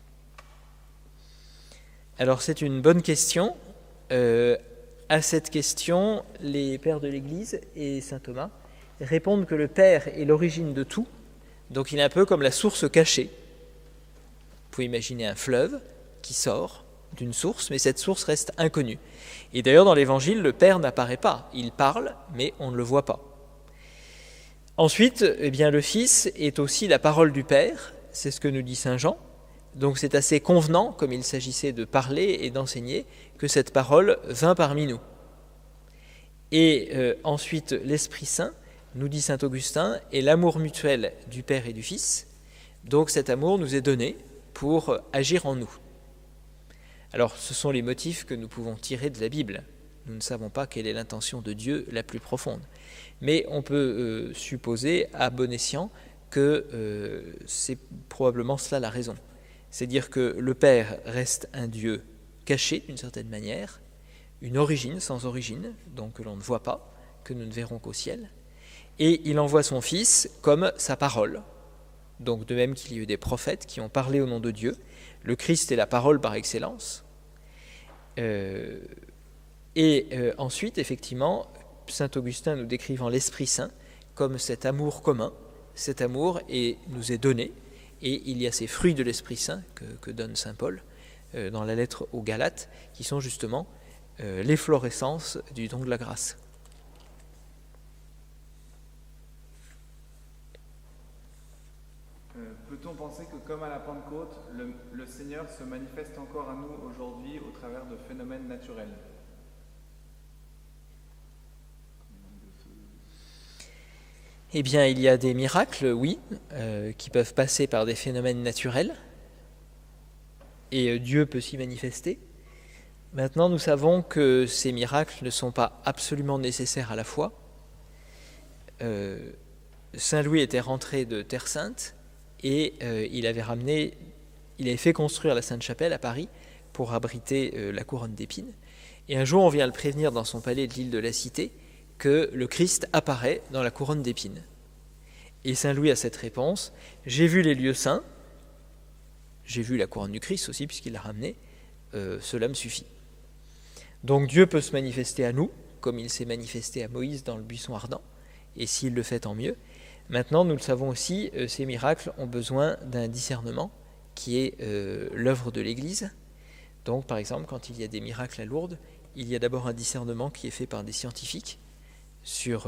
Alors c'est une bonne question. À cette question, les pères de l'Église et saint Thomas répondent que le Père est l'origine de tout, donc il est un peu comme la source cachée. Vous pouvez imaginer un fleuve qui sort d'une source, mais cette source reste inconnue. Et d'ailleurs dans l'Évangile, le Père n'apparaît pas, il parle, mais on ne le voit pas. Ensuite, eh bien, le Fils est aussi la parole du Père, c'est ce que nous dit saint Jean. Donc c'est assez convenant, comme il s'agissait de parler et d'enseigner, que cette parole vint parmi nous. Et ensuite, l'Esprit Saint, nous dit saint Augustin, est l'amour mutuel du Père et du Fils. Donc cet amour nous est donné pour agir en nous. Alors ce sont les motifs que nous pouvons tirer de la Bible. Nous ne savons pas quelle est l'intention de Dieu la plus profonde. Mais on peut supposer à bon escient que c'est probablement cela la raison. C'est dire que le Père reste un Dieu caché d'une certaine manière, une origine sans origine, donc que l'on ne voit pas, que nous ne verrons qu'au ciel, et il envoie son Fils comme sa parole. Donc de même qu'il y a eu des prophètes qui ont parlé au nom de Dieu, le Christ est la parole par excellence. Ensuite, effectivement, saint Augustin nous décrivant l'Esprit Saint comme cet amour commun, cet amour nous est donné, et il y a ces fruits de l'Esprit Saint que donne saint Paul dans la lettre aux Galates, qui sont justement l'efflorescence du don de la grâce. Peut-on penser que comme à la Pentecôte, le Seigneur se manifeste encore à nous aujourd'hui au travers de phénomènes naturels? Eh bien, il y a des miracles, oui, qui peuvent passer par des phénomènes naturels, et Dieu peut s'y manifester. Maintenant, nous savons que ces miracles ne sont pas absolument nécessaires à la foi. Saint Louis était rentré de Terre Sainte, et il avait fait construire la Sainte-Chapelle à Paris pour abriter la couronne d'épines. Et un jour, on vient le prévenir dans son palais de l'île de la Cité que le Christ apparaît dans la couronne d'épines. Et saint Louis a cette réponse: j'ai vu les lieux saints, j'ai vu la couronne du Christ aussi puisqu'il l'a ramené, cela me suffit. Donc Dieu peut se manifester à nous, comme il s'est manifesté à Moïse dans le buisson ardent, et s'il le fait, tant mieux. Maintenant, nous le savons aussi, ces miracles ont besoin d'un discernement qui est l'œuvre de l'Église. Donc, par exemple, quand il y a des miracles à Lourdes, il y a d'abord un discernement qui est fait par des scientifiques sur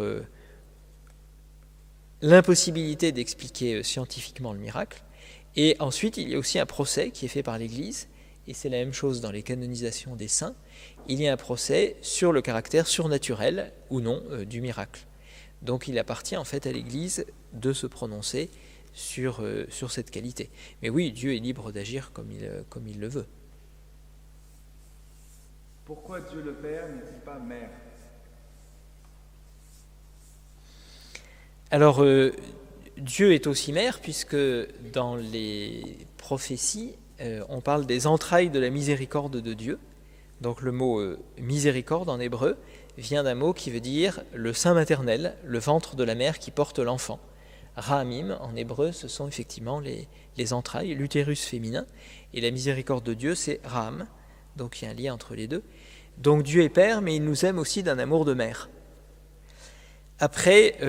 l'impossibilité d'expliquer scientifiquement le miracle. Et ensuite, il y a aussi un procès qui est fait par l'Église, et c'est la même chose dans les canonisations des saints. Il y a un procès sur le caractère surnaturel ou non du miracle. Donc il appartient en fait à l'Église de se prononcer sur cette qualité. Mais oui, Dieu est libre d'agir comme il le veut. Pourquoi Dieu le Père n'est-il pas mère? Alors, Dieu est aussi mère, puisque dans les prophéties, on parle des entrailles de la miséricorde de Dieu. Donc le mot miséricorde en hébreu vient d'un mot qui veut dire le sein maternel, le ventre de la mère qui porte l'enfant. Rahamim, en hébreu, ce sont effectivement les entrailles, l'utérus féminin, et la miséricorde de Dieu, c'est Raham. Donc il y a un lien entre les deux. Donc Dieu est père, mais il nous aime aussi d'un amour de mère. Après,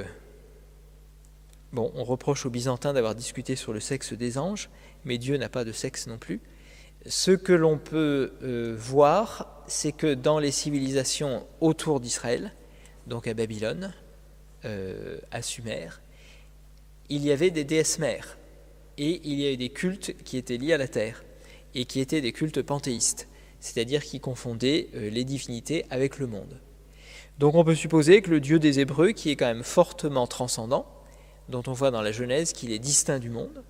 on reproche aux Byzantins d'avoir discuté sur le sexe des anges, mais Dieu n'a pas de sexe non plus. Ce que l'on peut voir, c'est que dans les civilisations autour d'Israël, donc à Babylone, à Sumer, il y avait des déesses mères, et il y avait des cultes qui étaient liés à la terre, et qui étaient des cultes panthéistes, c'est-à-dire qui confondaient les divinités avec le monde. Donc on peut supposer que le Dieu des Hébreux, qui est quand même fortement transcendant, dont on voit dans la Genèse qu'il est distinct du monde,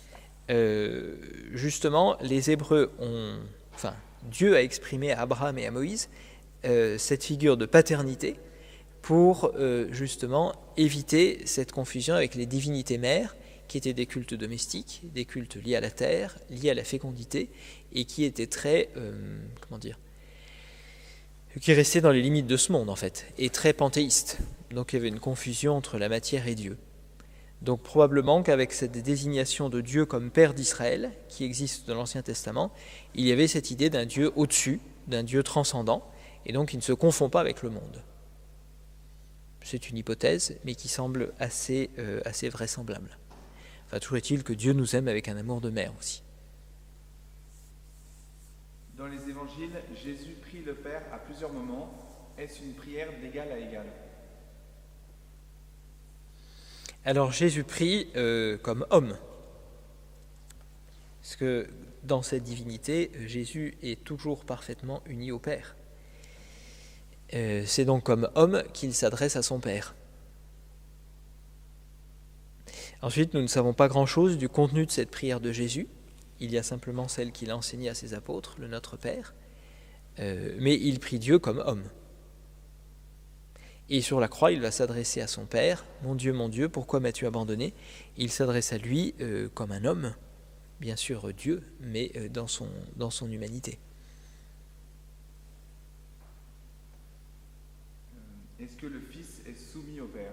justement, les Hébreux Dieu a exprimé à Abraham et à Moïse cette figure de paternité pour justement éviter cette confusion avec les divinités mères, qui étaient des cultes domestiques, des cultes liés à la terre, liés à la fécondité, et qui étaient très, qui restaient dans les limites de ce monde en fait, et très panthéistes. Donc il y avait une confusion entre la matière et Dieu. Donc probablement qu'avec cette désignation de Dieu comme Père d'Israël, qui existe dans l'Ancien Testament, il y avait cette idée d'un Dieu au-dessus, d'un Dieu transcendant, et donc il ne se confond pas avec le monde. C'est une hypothèse, mais qui semble assez vraisemblable. Enfin, toujours est-il que Dieu nous aime avec un amour de mère aussi. Dans les évangiles, Jésus prie le Père à plusieurs moments. Est-ce une prière d'égal à égal ? Alors Jésus prie comme homme. Parce que dans cette divinité, Jésus est toujours parfaitement uni au Père. C'est donc comme homme qu'il s'adresse à son Père. Ensuite, nous ne savons pas grand-chose du contenu de cette prière de Jésus. Il y a simplement celle qu'il a enseignée à ses apôtres, le Notre Père. Mais il prie Dieu comme homme. Et sur la croix, il va s'adresser à son Père. « Mon Dieu, pourquoi m'as-tu abandonné ?» Il s'adresse à lui comme un homme, bien sûr Dieu, mais dans son humanité. Est-ce que le Fils est soumis au Père ?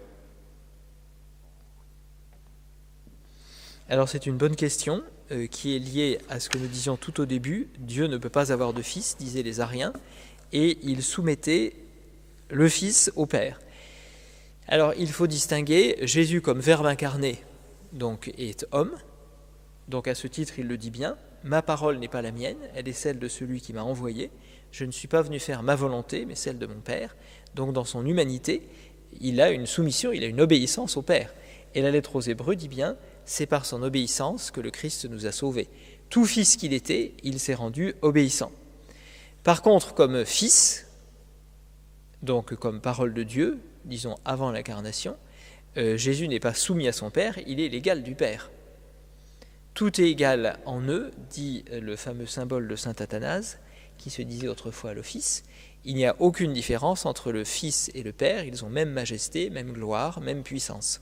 Alors c'est une bonne question qui est liée à ce que nous disions tout au début. Dieu ne peut pas avoir de fils, disaient les Ariens, et il soumettait le Fils au Père. Alors il faut distinguer Jésus comme Verbe incarné, donc est homme. Donc à ce titre il le dit bien, ma parole n'est pas la mienne, elle est celle de celui qui m'a envoyé. Je ne suis pas venu faire ma volonté, mais celle de mon Père. Donc dans son humanité, il a une soumission, il a une obéissance au Père. Et la lettre aux Hébreux dit bien, c'est par son obéissance que le Christ nous a sauvés. Tout fils qu'il était, il s'est rendu obéissant. Par contre, comme fils, donc comme parole de Dieu, disons avant l'incarnation, Jésus n'est pas soumis à son Père, il est l'égal du Père. Tout est égal en eux, dit le fameux symbole de saint Athanase, qui se disait autrefois à l'office. Il n'y a aucune différence entre le Fils et le Père, ils ont même majesté, même gloire, même puissance.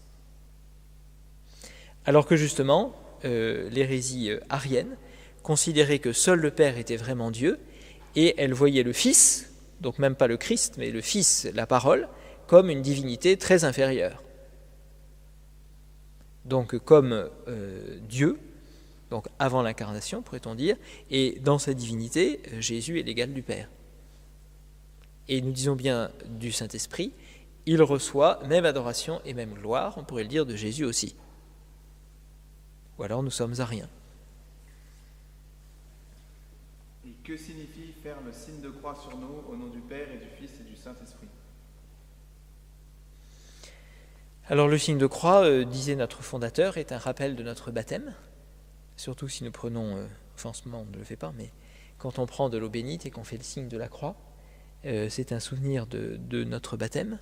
Alors que justement, l'hérésie arienne considérait que seul le Père était vraiment Dieu, et elle voyait le Fils, donc même pas le Christ, mais le Fils, la parole, comme une divinité très inférieure. Donc comme Dieu, donc avant l'incarnation, pourrait-on dire, et dans sa divinité, Jésus est l'égal du Père. Et nous disons bien du Saint-Esprit, il reçoit même adoration et même gloire, on pourrait le dire de Jésus aussi. Ou alors nous sommes ariens. Et que signifie faire le signe de croix sur nous au nom du Père et du Fils et du Saint-Esprit ? Alors le signe de croix, disait notre fondateur, est un rappel de notre baptême, surtout si nous prenons, en ce moment on ne le fait pas, mais quand on prend de l'eau bénite et qu'on fait le signe de la croix, c'est un souvenir de notre baptême.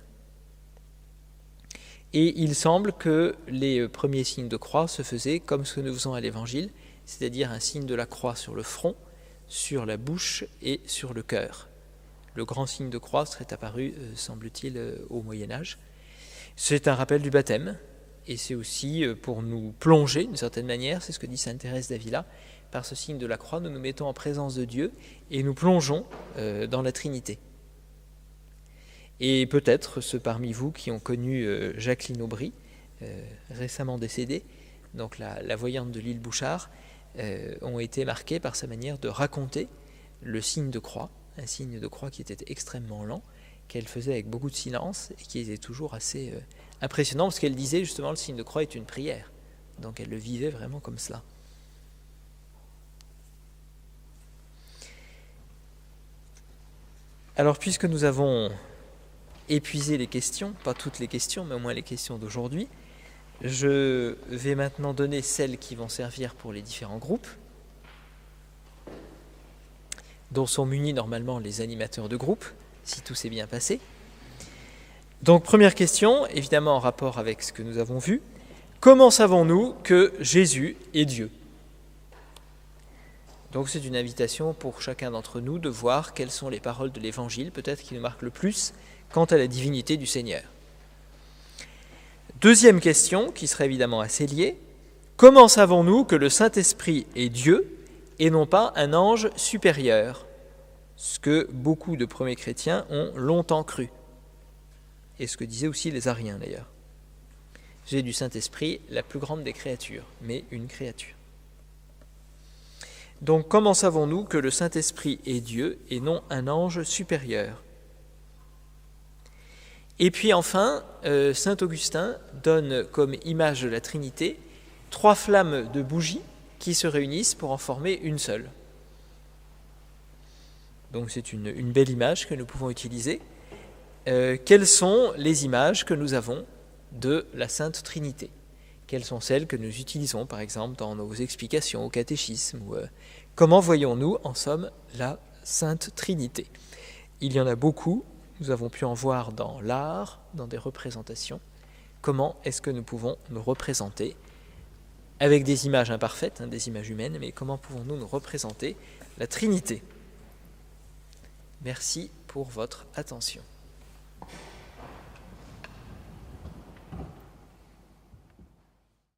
Et il semble que les premiers signes de croix se faisaient comme ce que nous faisons à l'Évangile, c'est-à-dire un signe de la croix sur le front, sur la bouche et sur le cœur. Le grand signe de croix serait apparu, semble-t-il, au Moyen-Âge. C'est un rappel du baptême, et c'est aussi pour nous plonger, d'une certaine manière, c'est ce que dit sainte Thérèse d'Avila, par ce signe de la croix, nous nous mettons en présence de Dieu et nous plongeons dans la Trinité. Et peut-être ceux parmi vous qui ont connu Jacqueline Aubry, récemment décédée, donc la voyante de l'île Bouchard, ont été marqués par sa manière de raconter le signe de croix, un signe de croix qui était extrêmement lent, qu'elle faisait avec beaucoup de silence et qui était toujours assez impressionnant, parce qu'elle disait justement le signe de croix est une prière. Donc elle le vivait vraiment comme cela. Alors puisque nous avons épuisé les questions, pas toutes les questions, mais au moins les questions d'aujourd'hui, je vais maintenant donner celles qui vont servir pour les différents groupes, dont sont munis normalement les animateurs de groupe, si tout s'est bien passé. Donc première question, évidemment en rapport avec ce que nous avons vu, comment savons-nous que Jésus est Dieu ? Donc c'est une invitation pour chacun d'entre nous de voir quelles sont les paroles de l'Évangile, peut-être qui nous marquent le plus quant à la divinité du Seigneur. Deuxième question, qui serait évidemment assez liée. Comment savons-nous que le Saint-Esprit est Dieu et non pas un ange supérieur ? Ce que beaucoup de premiers chrétiens ont longtemps cru. Et ce que disaient aussi les Ariens d'ailleurs. J'ai du Saint-Esprit la plus grande des créatures, mais une créature. Donc comment savons-nous que le Saint-Esprit est Dieu et non un ange supérieur ? Et puis enfin, saint Augustin donne comme image de la Trinité 3 flammes de bougies qui se réunissent pour en former une seule. Donc c'est une belle image que nous pouvons utiliser. Quelles sont les images que nous avons de la Sainte Trinité ? Quelles sont celles que nous utilisons, par exemple, dans nos explications au catéchisme comment voyons-nous, en somme, la Sainte Trinité ? Il y en a beaucoup, nous avons pu en voir dans l'art, dans des représentations. Comment est-ce que nous pouvons nous représenter avec des images imparfaites, des images humaines, mais comment pouvons-nous nous représenter la Trinité ? Merci pour votre attention.